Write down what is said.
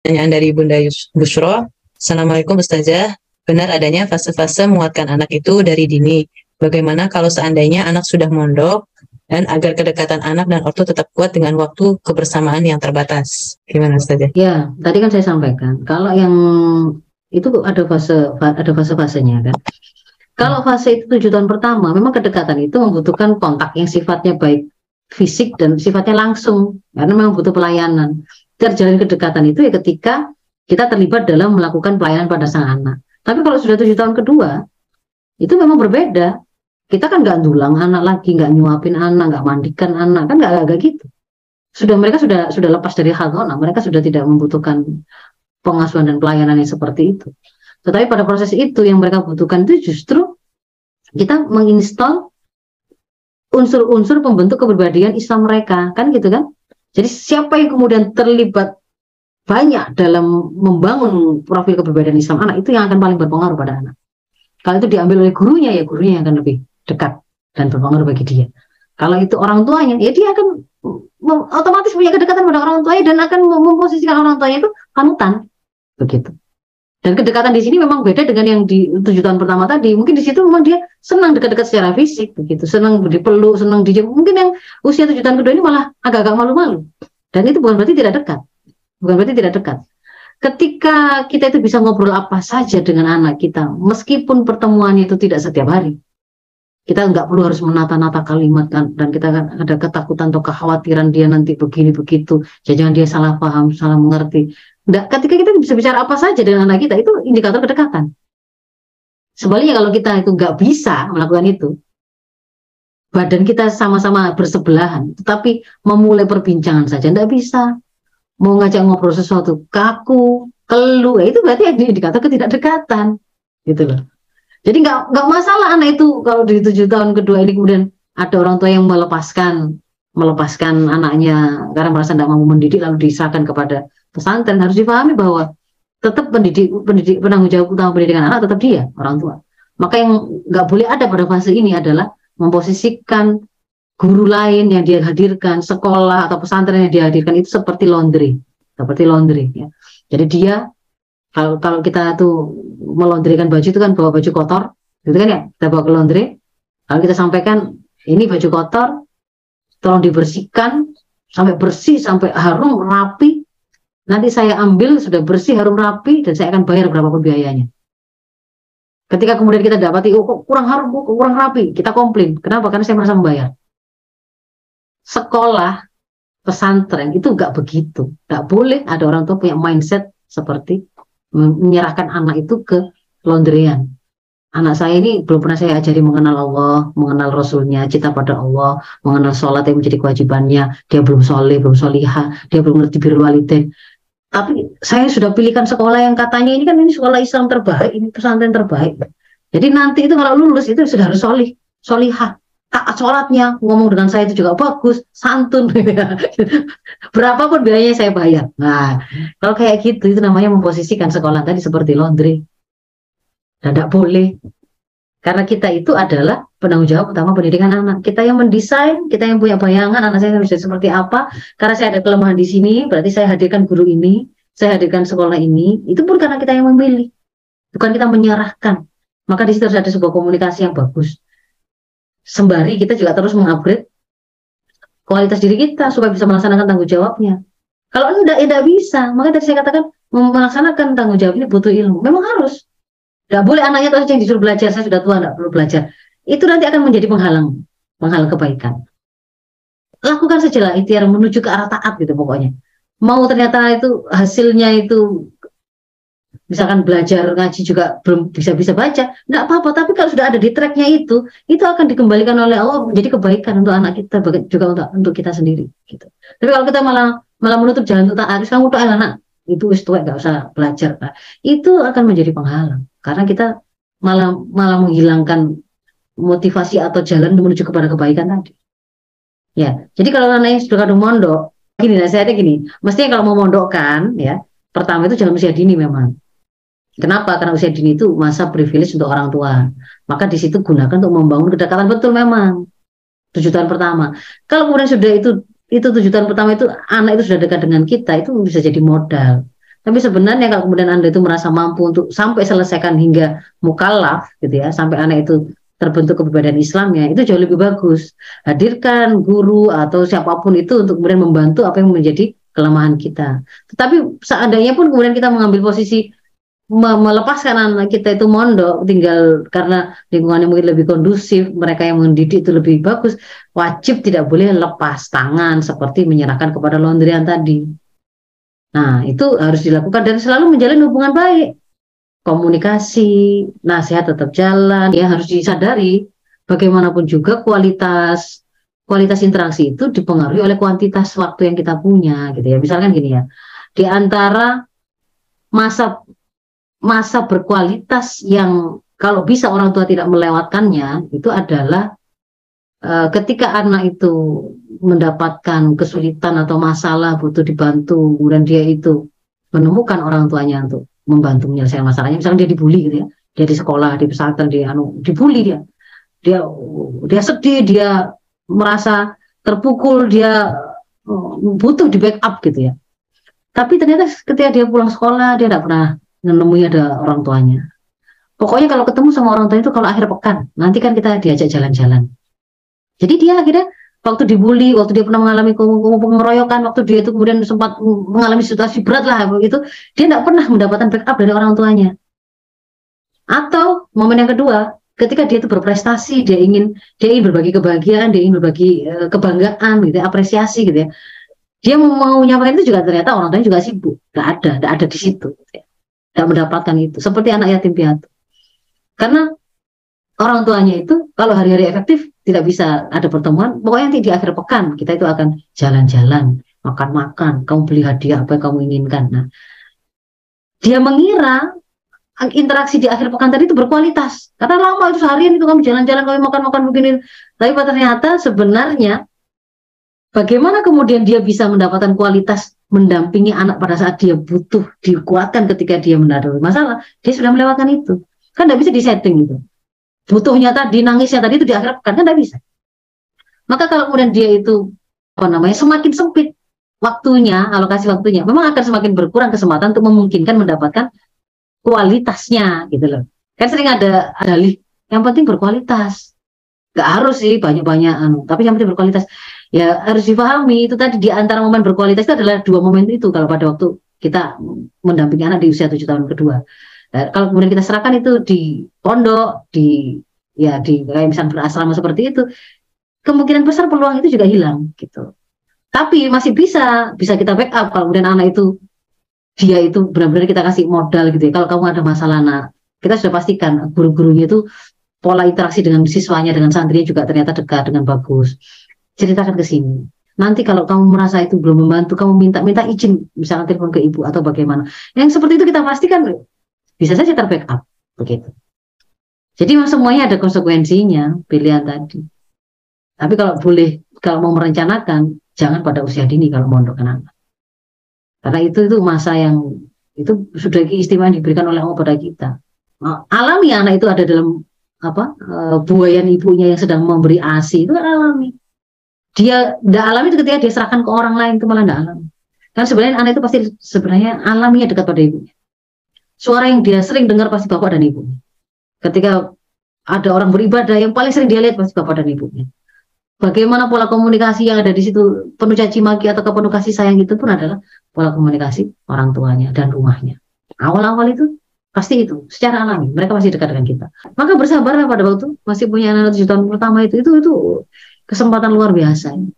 Pertanyaan dari Bunda Bushro. Assalamualaikum Ustazah. Benar adanya fase-fase menguatkan anak itu dari dini. Bagaimana kalau seandainya anak sudah mondok dan agar kedekatan anak dan ortu tetap kuat dengan waktu kebersamaan yang terbatas? Gimana Ustazah? Ya, tadi kan saya sampaikan, kalau yang itu ada fase-fasenya kan. Kalau fase itu 7 tahun pertama, memang kedekatan itu membutuhkan kontak yang sifatnya baik fisik dan sifatnya langsung, karena memang butuh pelayanan. Terjalin kedekatan itu ya ketika kita terlibat dalam melakukan pelayanan pada sang anak. Tapi kalau sudah 7 tahun kedua, itu memang berbeda. Kita kan nggak dulang anak lagi, nggak nyuapin anak, nggak mandikan anak, kan nggak gitu. Mereka sudah lepas dari hadona, mereka sudah tidak membutuhkan pengasuhan dan pelayanan yang seperti itu. Tetapi pada proses itu yang mereka butuhkan itu justru kita menginstal unsur-unsur pembentuk kepribadian Islam mereka, kan gitu kan? Jadi siapa yang kemudian terlibat banyak dalam membangun profil kepribadian Islam anak, itu yang akan paling berpengaruh pada anak. Kalau itu diambil oleh gurunya, ya gurunya yang akan lebih dekat dan berpengaruh bagi dia. Kalau itu orang tuanya, ya dia akan otomatis punya kedekatan pada orang tuanya dan akan memposisikan orang tuanya itu panutan, begitu. Dan kedekatan di sini memang beda dengan yang di 7 tahun pertama tadi. Mungkin di situ memang dia senang dekat-dekat secara fisik, begitu, senang dipeluk, senang dijemput. Mungkin yang usia 7 tahun kedua ini malah agak-agak malu-malu. Dan itu bukan berarti tidak dekat, bukan berarti tidak dekat. Ketika kita itu bisa ngobrol apa saja dengan anak kita, meskipun pertemuannya itu tidak setiap hari, kita nggak perlu harus menata-nata kalimat kan, dan kita kan ada ketakutan atau kekhawatiran dia nanti begini begitu, jangan dia salah paham, salah mengerti. Nggak, ketika kita bisa bicara apa saja dengan anak kita, itu indikator kedekatan. Sebaliknya kalau kita itu nggak bisa melakukan itu, badan kita sama-sama bersebelahan, tetapi memulai perbincangan saja nggak bisa, mau ngajak ngobrol sesuatu kaku, keluh, itu berarti indikator ketidakdekatan, gitu loh. Jadi nggak masalah anak itu kalau di 7 tahun kedua ini kemudian ada orang tua yang melepaskan anaknya karena merasa tidak mampu mendidik lalu diserahkan kepada pesantren. Harus dipahami bahwa tetap penanggung jawab utama pendidikan anak tetap dia, orang tua. Maka yang nggak boleh ada pada fase ini adalah memposisikan guru lain yang dia hadirkan, sekolah atau pesantren yang dia hadirkan itu seperti laundry ya. Jadi dia kalau kita tuh melondrikan baju itu kan bawa baju kotor, gitu kan ya, kita bawa ke laundry, lalu kita sampaikan ini baju kotor, tolong dibersihkan sampai bersih, sampai harum rapi. Nanti saya ambil sudah bersih, harum rapi, dan saya akan bayar berapapun biayanya. Ketika kemudian kita dapati, oh kok kurang harum, kok kurang rapi, kita komplain. Kenapa? Karena saya merasa membayar. Sekolah, pesantren itu nggak begitu. Nggak boleh ada orang tua punya mindset seperti menyerahkan anak itu ke laundryan. Anak saya ini belum pernah saya ajari mengenal Allah, mengenal Rasulnya, cinta pada Allah, mengenal sholat yang menjadi kewajibannya. Dia belum soleh, belum solihah, dia belum ngerti birrul walidain. Tapi saya sudah pilihkan sekolah yang katanya ini kan ini sekolah Islam terbaik, ini pesantren terbaik. Jadi nanti itu kalau lulus itu sudah harus solihah, taat sholatnya, ngomong dengan saya itu juga bagus, santun. Berapapun biayanya saya bayar. Nah, kalau kayak gitu itu namanya memposisikan sekolah tadi seperti laundry. Dan tidak boleh. Karena kita itu adalah penanggung jawab utama pendidikan anak. Kita yang mendesain, kita yang punya bayangan anak saya harus jadi seperti apa. Karena saya ada kelemahan di sini, berarti saya hadirkan guru ini, saya hadirkan sekolah ini. Itu pun karena kita yang memilih, bukan kita menyerahkan. Maka di situ harus ada sebuah komunikasi yang bagus. Sembari kita juga terus mengupgrade kualitas diri kita supaya bisa melaksanakan tanggung jawabnya. Kalau tidak bisa, maka tadi saya katakan melaksanakan tanggung jawab ini butuh ilmu. Memang harus. Tidak boleh anaknya terus yang disuruh belajar, saya sudah tua, tidak perlu belajar. Itu nanti akan menjadi penghalang kebaikan. Lakukan sajalah ikhtiar menuju ke arah taat gitu pokoknya. Mau ternyata itu hasilnya itu misalkan belajar ngaji juga belum bisa baca, enggak apa-apa, tapi kalau sudah ada di tracknya itu akan dikembalikan oleh Allah menjadi kebaikan untuk anak kita, juga untuk kita sendiri gitu. Tapi kalau kita malah menutup jalan untuk taat, kamu tuh anak itu istiwa nggak usah belajar, nah, itu akan menjadi penghalang karena kita malah menghilangkan motivasi atau jalan menuju kepada kebaikan tadi. Ya, jadi kalau anaknya sudah kadung mondok, gini nasihatnya gini, mestinya kalau mau mondokkan ya, pertama itu jangan usia dini memang. Kenapa? Karena usia dini itu masa privilege untuk orang tua. Maka di situ gunakan untuk membangun kedekatan, betul memang 7 tahun pertama. Kalau kemudian sudah itu 7 tahun pertama itu anak itu sudah dekat dengan kita, itu bisa jadi modal. Tapi sebenarnya kalau kemudian Anda itu merasa mampu untuk sampai selesaikan hingga mukallaf gitu ya, sampai anak itu terbentuk kepribadian Islamnya, itu jauh lebih bagus. Hadirkan guru atau siapapun itu untuk kemudian membantu apa yang menjadi kelemahan kita. Tetapi seandainya pun kemudian kita mengambil posisi melepaskan anak kita itu mondok, tinggal karena lingkungannya mungkin lebih kondusif, mereka yang mendidik itu lebih bagus, wajib tidak boleh lepas tangan seperti menyerahkan kepada laundryan tadi. Nah, itu harus dilakukan dan selalu menjalin hubungan baik. Komunikasi, nasihat tetap jalan, ya harus disadari bagaimanapun juga kualitas interaksi itu dipengaruhi oleh kuantitas waktu yang kita punya gitu ya. Misalkan gini ya, di antara masa masa berkualitas yang kalau bisa orang tua tidak melewatkannya itu adalah ketika anak itu mendapatkan kesulitan atau masalah butuh dibantu, kemudian dia itu menemukan orang tuanya untuk membantu menyelesaikan masalahnya. Misalnya dia dibully gitu ya, dia di sekolah, di pesantren, dia dibully, dia sedih, dia merasa terpukul, dia butuh di backup gitu ya. Tapi ternyata ketika dia pulang sekolah, dia tidak pernah menemui ada orang tuanya. Pokoknya kalau ketemu sama orang tuanya itu kalau akhir pekan, nanti kan kita diajak jalan-jalan. Jadi dia akhirnya waktu dibully, waktu dia pernah mengalami pengeroyokan, waktu dia itu kemudian sempat mengalami situasi berat lah begitu, dia tidak pernah mendapatkan backup dari orang tuanya. Atau momen yang kedua, ketika dia itu berprestasi, dia ingin berbagi kebahagiaan, dia ingin berbagi kebanggaan, gitu, apresiasi gitu ya. Dia mau nyampaikan itu juga ternyata orang tuanya juga sibuk, tidak ada di situ, gitu ya. Tidak mendapatkan itu, seperti anak yatim piatu. Karena orang tuanya itu kalau hari-hari efektif tidak bisa ada pertemuan, pokoknya nanti di akhir pekan kita itu akan jalan-jalan, makan-makan, kamu beli hadiah apa yang kamu inginkan. Nah, dia mengira interaksi di akhir pekan tadi itu berkualitas, karena lama itu seharian itu kamu jalan-jalan, kamu makan-makan begini, tapi ternyata sebenarnya bagaimana kemudian dia bisa mendapatkan kualitas mendampingi anak pada saat dia butuh dikuatkan ketika dia menghadapi masalah, dia sudah melewatkan itu. Kan tidak bisa disetting itu. Butuhnya tadi, nangisnya tadi itu di akhir pekan, kan tidak bisa. Maka kalau kemudian dia itu semakin sempit waktunya, alokasi waktunya, memang akan semakin berkurang kesempatan untuk memungkinkan mendapatkan kualitasnya gitu loh. Kan sering ada dalih, yang penting berkualitas. Gak harus sih banyak-banyak, tapi yang penting berkualitas. Ya harus dipahami itu tadi di antara momen berkualitas itu adalah dua momen itu kalau pada waktu kita mendampingi anak di usia 7 tahun kedua. Kalau kemudian kita serahkan itu di pondok, di kayak misalnya berasrama seperti itu, kemungkinan besar peluang itu juga hilang gitu. Tapi masih bisa kita backup kalau kemudian anak itu dia itu benar-benar kita kasih modal gitu ya. Kalau kamu ada masalah, kita sudah pastikan guru-gurunya itu pola interaksi dengan siswanya, dengan santrinya juga ternyata dekat dengan bagus. Ceritakan ke sini. Nanti kalau kamu merasa itu belum membantu, kamu minta izin, misalnya telepon ke ibu atau bagaimana. Yang seperti itu kita pastikan bisa saja terbackup begitu. Jadi semuanya ada konsekuensinya pilihan tadi. Tapi kalau mau merencanakan, jangan pada usia dini kalau mondok anak. Karena itu masa yang itu sudah keistimewaan diberikan oleh Allah pada kita. Alami anak itu ada dalam buayan ibunya yang sedang memberi ASI, itu alami. Dia tidak alami itu ketika dia serahkan ke orang lain, itu malah tidak alami. Karena sebenarnya anak itu pasti sebenarnya alaminya dekat pada ibunya. Suara yang dia sering dengar pasti bapak dan ibunya. Ketika ada orang beribadah, yang paling sering dia lihat pasti bapak dan ibunya. Bagaimana pola komunikasi yang ada di situ, penuh caci maki atau penuh kasih sayang, itu pun adalah pola komunikasi orang tuanya dan rumahnya. Awal-awal itu pasti itu secara alami mereka masih dekat dengan kita. Maka bersabarlah pada waktu masih punya anak 7 tahun pertama itu kesempatan luar biasa.